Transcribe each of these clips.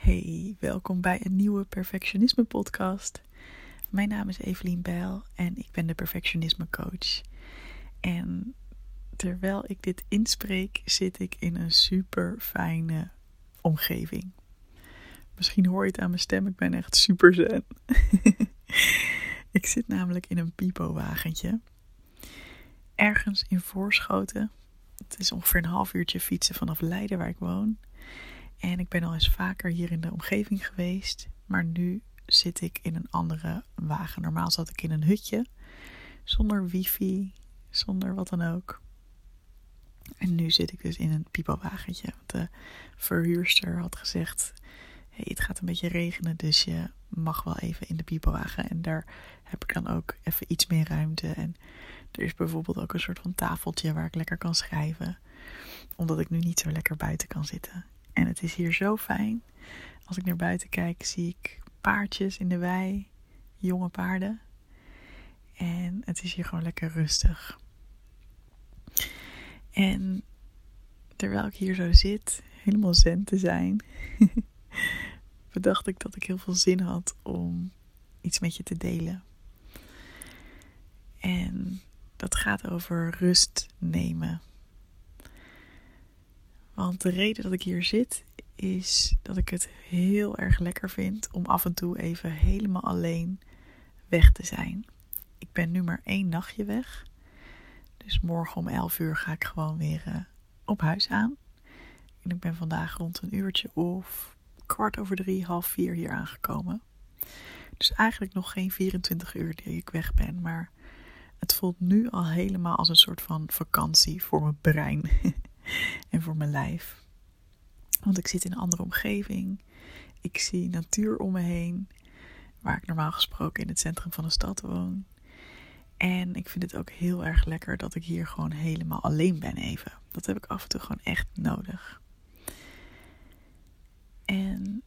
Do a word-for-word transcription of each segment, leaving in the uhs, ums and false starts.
Hey, welkom bij een nieuwe Perfectionisme podcast. Mijn naam is Evelien Bijl en ik ben de Perfectionisme coach. En terwijl ik dit inspreek, zit ik in een super fijne omgeving. Misschien hoor je het aan mijn stem, ik ben echt super zen. Ik zit namelijk in een pipo-wagentje. Ergens in Voorschoten. Het is ongeveer een half uurtje fietsen vanaf Leiden waar ik woon. En ik ben al eens vaker hier in de omgeving geweest. Maar nu zit ik in een andere wagen. Normaal zat ik in een hutje. Zonder wifi. Zonder wat dan ook. En nu zit ik dus in een pipo-wagentje. De verhuurster had gezegd: hey, het gaat een beetje regenen, dus je mag wel even in de pipo-wagen. En daar heb ik dan ook even iets meer ruimte. En er is bijvoorbeeld ook een soort van tafeltje waar ik lekker kan schrijven. Omdat ik nu niet zo lekker buiten kan zitten. En het is hier zo fijn. Als ik naar buiten kijk, zie ik paardjes in de wei. Jonge paarden. En het is hier gewoon lekker rustig. En terwijl ik hier zo zit, helemaal zen te zijn, bedacht ik dat ik heel veel zin had om iets met je te delen. En dat gaat over rust nemen. Want de reden dat ik hier zit is dat ik het heel erg lekker vind om af en toe even helemaal alleen weg te zijn. Ik ben nu maar één nachtje weg. Dus morgen om elf uur ga ik gewoon weer uh, op huis aan. En ik ben vandaag rond een uurtje of kwart over drie, half vier hier aangekomen. Dus eigenlijk nog geen vierentwintig uur die ik weg ben. Maar het voelt nu al helemaal als een soort van vakantie voor mijn brein. En voor mijn lijf. Want ik zit in een andere omgeving. Ik zie natuur om me heen. Waar ik normaal gesproken in het centrum van de stad woon. En ik vind het ook heel erg lekker dat ik hier gewoon helemaal alleen ben even. Dat heb ik af en toe gewoon echt nodig. En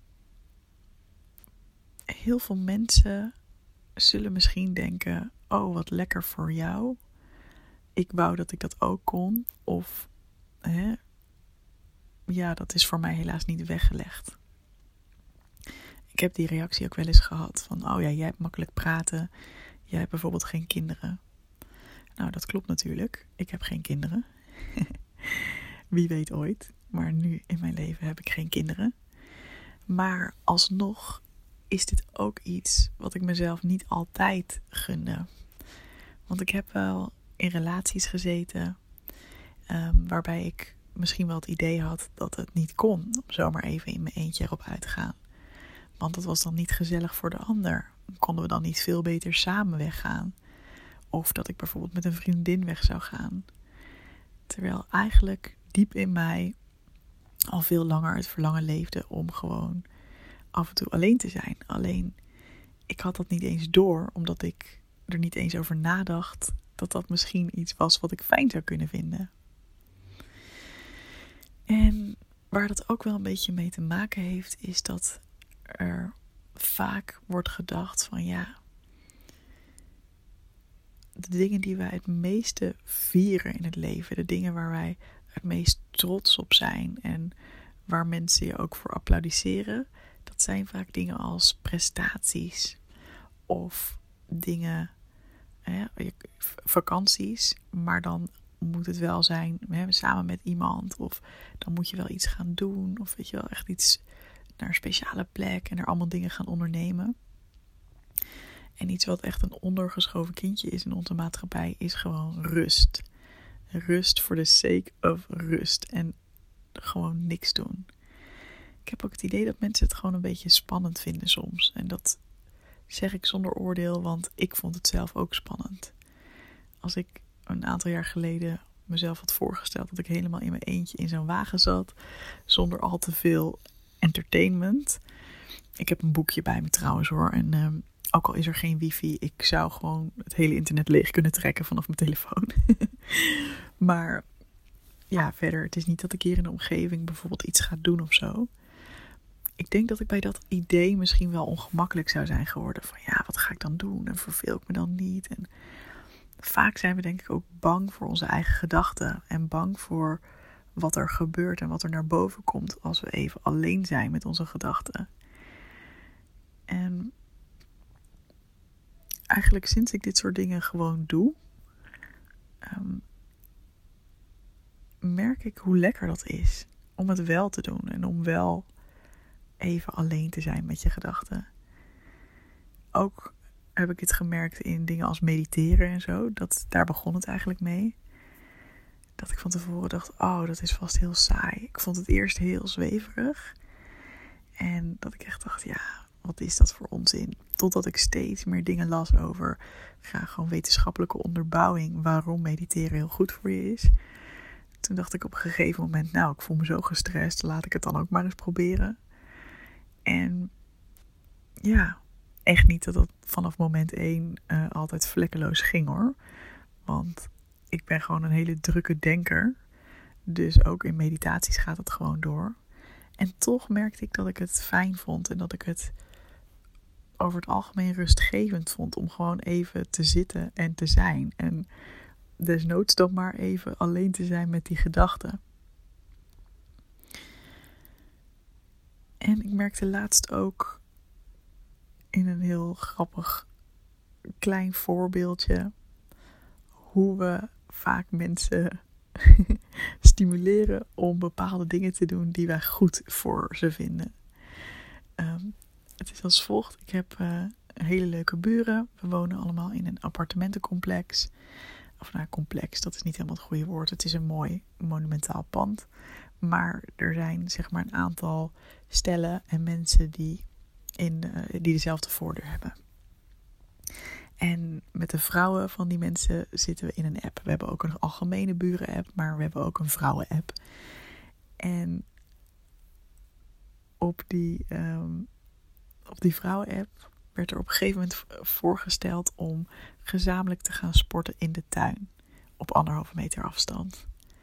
heel veel mensen zullen misschien denken: oh, wat lekker voor jou. Ik wou dat ik dat ook kon. Of Hè? Ja, dat is voor mij helaas niet weggelegd. Ik heb die reactie ook wel eens gehad van: oh ja, jij hebt makkelijk praten. Jij hebt bijvoorbeeld geen kinderen. Nou, dat klopt natuurlijk. Ik heb geen kinderen. Wie weet ooit. Maar nu in mijn leven heb ik geen kinderen. Maar alsnog is dit ook iets wat ik mezelf niet altijd gunde. Want ik heb wel in relaties gezeten Um, waarbij ik misschien wel het idee had dat het niet kon om zomaar even in mijn eentje erop uit te gaan. Want dat was dan niet gezellig voor de ander. Konden we dan niet veel beter samen weggaan? Of dat ik bijvoorbeeld met een vriendin weg zou gaan. Terwijl eigenlijk diep in mij al veel langer het verlangen leefde om gewoon af en toe alleen te zijn. Alleen, ik had dat niet eens door, omdat ik er niet eens over nadacht dat dat misschien iets was wat ik fijn zou kunnen vinden. En waar dat ook wel een beetje mee te maken heeft, is dat er vaak wordt gedacht van ja, de dingen die wij het meeste vieren in het leven, de dingen waar wij het meest trots op zijn en waar mensen je ook voor applaudisseren, dat zijn vaak dingen als prestaties of dingen, hè, vakanties, maar dan moet het wel zijn hè, samen met iemand. Of dan moet je wel iets gaan doen. Of weet je wel, echt iets naar een speciale plek. En er allemaal dingen gaan ondernemen. En iets wat echt een ondergeschoven kindje is in onze maatschappij is gewoon rust. Rust for the sake of rust. En gewoon niks doen. Ik heb ook het idee dat mensen het gewoon een beetje spannend vinden soms. En dat zeg ik zonder oordeel, want ik vond het zelf ook spannend. Als ik een aantal jaar geleden mezelf had voorgesteld dat ik helemaal in mijn eentje in zo'n wagen zat, zonder al te veel entertainment. Ik heb een boekje bij me trouwens hoor. En um, ook al is er geen wifi, ik zou gewoon het hele internet leeg kunnen trekken vanaf mijn telefoon. Maar ja, verder, het is niet dat ik hier in de omgeving bijvoorbeeld iets ga doen of zo. Ik denk dat ik bij dat idee misschien wel ongemakkelijk zou zijn geworden. Van ja, wat ga ik dan doen? En verveel ik me dan niet? En vaak zijn we denk ik ook bang voor onze eigen gedachten. En bang voor wat er gebeurt en wat er naar boven komt als we even alleen zijn met onze gedachten. En eigenlijk sinds ik dit soort dingen gewoon doe, um, merk ik hoe lekker dat is om het wel te doen en om wel even alleen te zijn met je gedachten. Ook heb ik het gemerkt in dingen als mediteren en zo. Dat, daar begon het eigenlijk mee. Dat ik van tevoren dacht, oh, dat is vast heel saai. Ik vond het eerst heel zweverig. En dat ik echt dacht, ja, wat is dat voor onzin? Totdat ik steeds meer dingen las over graag gewoon wetenschappelijke onderbouwing. Waarom mediteren heel goed voor je is. Toen dacht ik op een gegeven moment, nou, ik voel me zo gestrest. Laat ik het dan ook maar eens proberen. En ja, echt niet dat dat vanaf moment één uh, altijd vlekkeloos ging hoor. Want ik ben gewoon een hele drukke denker. Dus ook in meditaties gaat het gewoon door. En toch merkte ik dat ik het fijn vond. En dat ik het over het algemeen rustgevend vond. Om gewoon even te zitten en te zijn. En desnoods dan maar even alleen te zijn met die gedachten. En ik merkte laatst ook in een heel grappig klein voorbeeldje hoe we vaak mensen stimuleren om bepaalde dingen te doen die wij goed voor ze vinden. Um, het is als volgt. Ik heb uh, hele leuke buren. We wonen allemaal in een appartementencomplex. Of nou, complex, dat is niet helemaal het goede woord. Het is een mooi monumentaal pand. Maar er zijn zeg maar een aantal stellen en mensen die, in, uh, die dezelfde voordeur hebben. En met de vrouwen van die mensen zitten we in een app. We hebben ook een algemene buren-app, maar we hebben ook een vrouwen-app. En op die, um, op die vrouwen-app werd er op een gegeven moment voorgesteld om gezamenlijk te gaan sporten in de tuin. Op anderhalve meter afstand.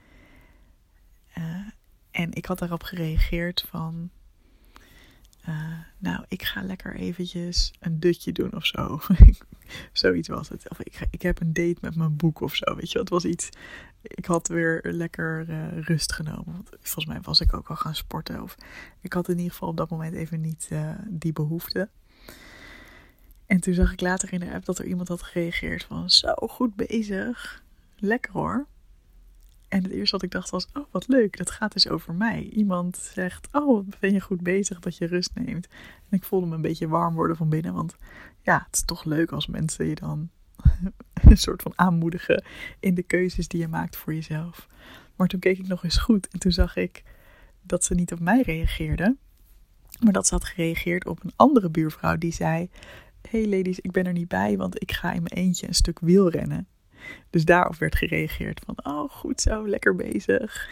Uh, en ik had daarop gereageerd van... Uh, nou, ik ga lekker eventjes een dutje doen of zo. Zoiets was het. Of ik, ik heb een date met mijn boek of zo. Weet je, het was iets... Ik had weer lekker uh, rust genomen. Want volgens mij was ik ook al gaan sporten. Of ik had in ieder geval op dat moment even niet uh, die behoefte. En toen zag ik later in de app dat er iemand had gereageerd van... Zo, goed bezig. Lekker hoor. En het eerste wat ik dacht was, oh wat leuk, dat gaat dus over mij. Iemand zegt, oh wat ben je goed bezig dat je rust neemt. En ik voelde me een beetje warm worden van binnen. Want ja, het is toch leuk als mensen je dan een soort van aanmoedigen in de keuzes die je maakt voor jezelf. Maar toen keek ik nog eens goed en toen zag ik dat ze niet op mij reageerde. Maar dat ze had gereageerd op een andere buurvrouw die zei... Hey ladies, ik ben er niet bij, want ik ga in mijn eentje een stuk wielrennen. Dus daarop werd gereageerd van, oh goed zo, lekker bezig.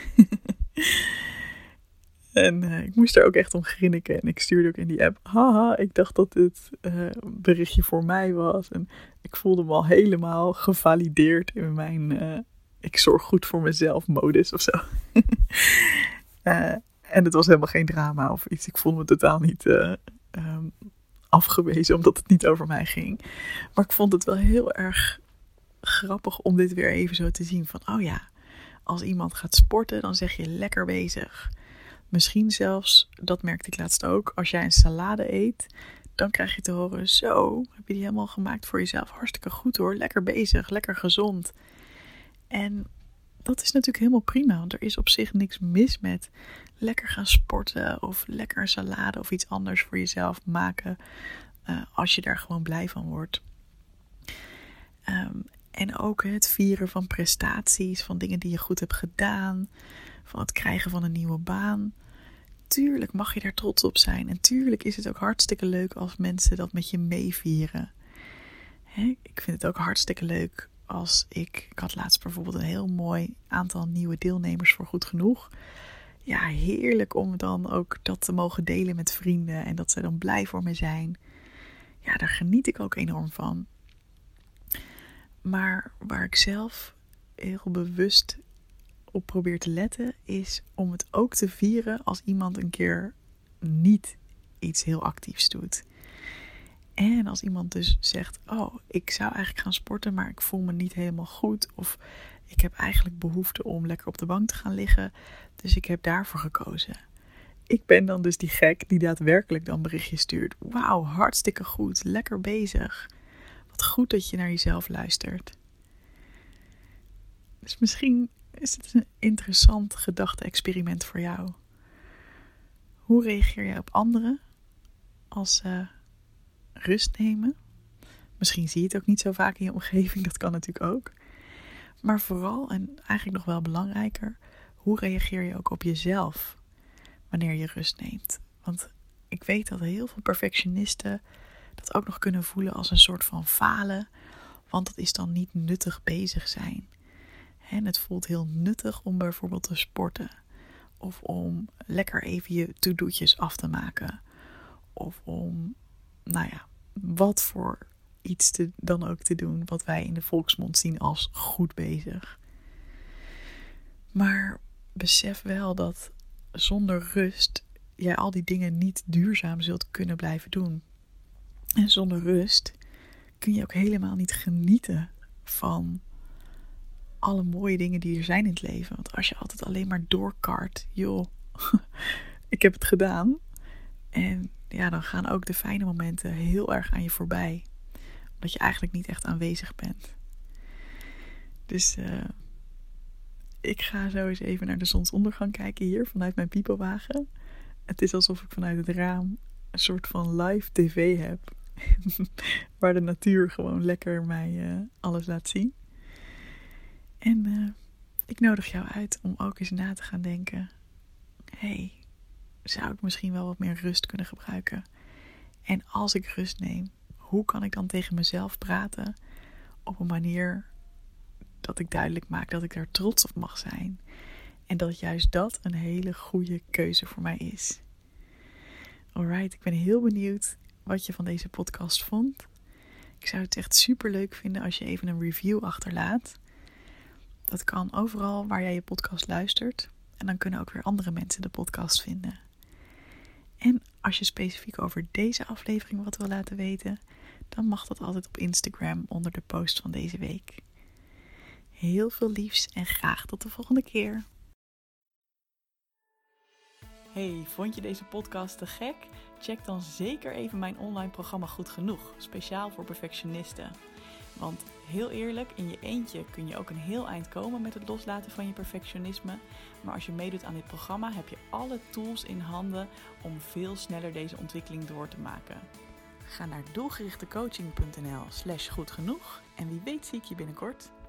en uh, ik moest er ook echt om grinniken. En ik stuurde ook in die app, haha, ik dacht dat dit uh, berichtje voor mij was. En ik voelde me al helemaal gevalideerd in mijn, uh, ik zorg goed voor mezelf modus of zo. uh, en het was helemaal geen drama of iets. Ik voelde me totaal niet uh, um, afgewezen, omdat het niet over mij ging. Maar ik vond het wel heel erg... grappig om dit weer even zo te zien van, oh ja, als iemand gaat sporten, dan zeg je lekker bezig. Misschien zelfs, dat merkte ik laatst ook, als jij een salade eet, dan krijg je te horen, zo, heb je die helemaal gemaakt voor jezelf? Hartstikke goed hoor, lekker bezig, lekker gezond. En dat is natuurlijk helemaal prima, want er is op zich niks mis met lekker gaan sporten of lekker een salade of iets anders voor jezelf maken, uh, als je daar gewoon blij van wordt. Um, En ook het vieren van prestaties, van dingen die je goed hebt gedaan, van het krijgen van een nieuwe baan. Tuurlijk mag je daar trots op zijn. En tuurlijk is het ook hartstikke leuk als mensen dat met je meevieren. Hè? Ik vind het ook hartstikke leuk als ik... Ik had laatst bijvoorbeeld een heel mooi aantal nieuwe deelnemers voor Goed Genoeg. Ja, heerlijk om dan ook dat te mogen delen met vrienden en dat ze dan blij voor me zijn. Ja, daar geniet ik ook enorm van. Maar waar ik zelf heel bewust op probeer te letten, is om het ook te vieren als iemand een keer niet iets heel actiefs doet. En als iemand dus zegt, oh, ik zou eigenlijk gaan sporten, maar ik voel me niet helemaal goed. Of Ik heb eigenlijk behoefte om lekker op de bank te gaan liggen, dus ik heb daarvoor gekozen. Ik ben dan dus die gek die daadwerkelijk dan berichtjes stuurt. Wauw, hartstikke goed, lekker bezig. Wat goed dat je naar jezelf luistert. Dus misschien is het een interessant gedachte-experiment voor jou. Hoe reageer je op anderen als ze rust nemen? Misschien zie je het ook niet zo vaak in je omgeving, dat kan natuurlijk ook. Maar vooral, en eigenlijk nog wel belangrijker, hoe reageer je ook op jezelf wanneer je rust neemt? Want ik weet dat heel veel perfectionisten dat ook nog kunnen voelen als een soort van falen, want dat is dan niet nuttig bezig zijn. En het voelt heel nuttig om bijvoorbeeld te sporten, of om lekker even je to-do'tjes af te maken, of om, nou ja, wat voor iets te, dan ook te doen wat wij in de volksmond zien als goed bezig. Maar besef wel dat zonder rust jij al die dingen niet duurzaam zult kunnen blijven doen. En zonder rust kun je ook helemaal niet genieten van alle mooie dingen die er zijn in het leven. Want als je altijd alleen maar doorkart, joh, ik heb het gedaan. En ja, dan gaan ook de fijne momenten heel erg aan je voorbij. Omdat je eigenlijk niet echt aanwezig bent. Dus uh, ik ga zo eens even naar de zonsondergang kijken hier vanuit mijn piepelwagen. Het is alsof ik vanuit het raam een soort van live tv heb. Waar de natuur gewoon lekker mij uh, alles laat zien. En uh, ik nodig jou uit om ook eens na te gaan denken. Hé, hey, zou ik misschien wel wat meer rust kunnen gebruiken? En als ik rust neem, hoe kan ik dan tegen mezelf praten op een manier dat ik duidelijk maak dat ik daar trots op mag zijn. En dat juist dat een hele goede keuze voor mij is. Alright, ik ben heel benieuwd wat je van deze podcast vond. Ik zou het echt super leuk vinden als je even een review achterlaat. Dat kan overal waar jij je podcast luistert. En dan kunnen ook weer andere mensen de podcast vinden. En als je specifiek over deze aflevering wat wil laten weten, dan mag dat altijd op Instagram onder de post van deze week. Heel veel liefs en graag tot de volgende keer. Hey, vond je deze podcast te gek? Check dan zeker even mijn online programma Goed Genoeg, speciaal voor perfectionisten. Want heel eerlijk, in je eentje kun je ook een heel eind komen met het loslaten van je perfectionisme. Maar als je meedoet aan dit programma heb je alle tools in handen om veel sneller deze ontwikkeling door te maken. Ga naar doelgerichtecoaching punt n l slash goed genoeg en wie weet zie ik je binnenkort.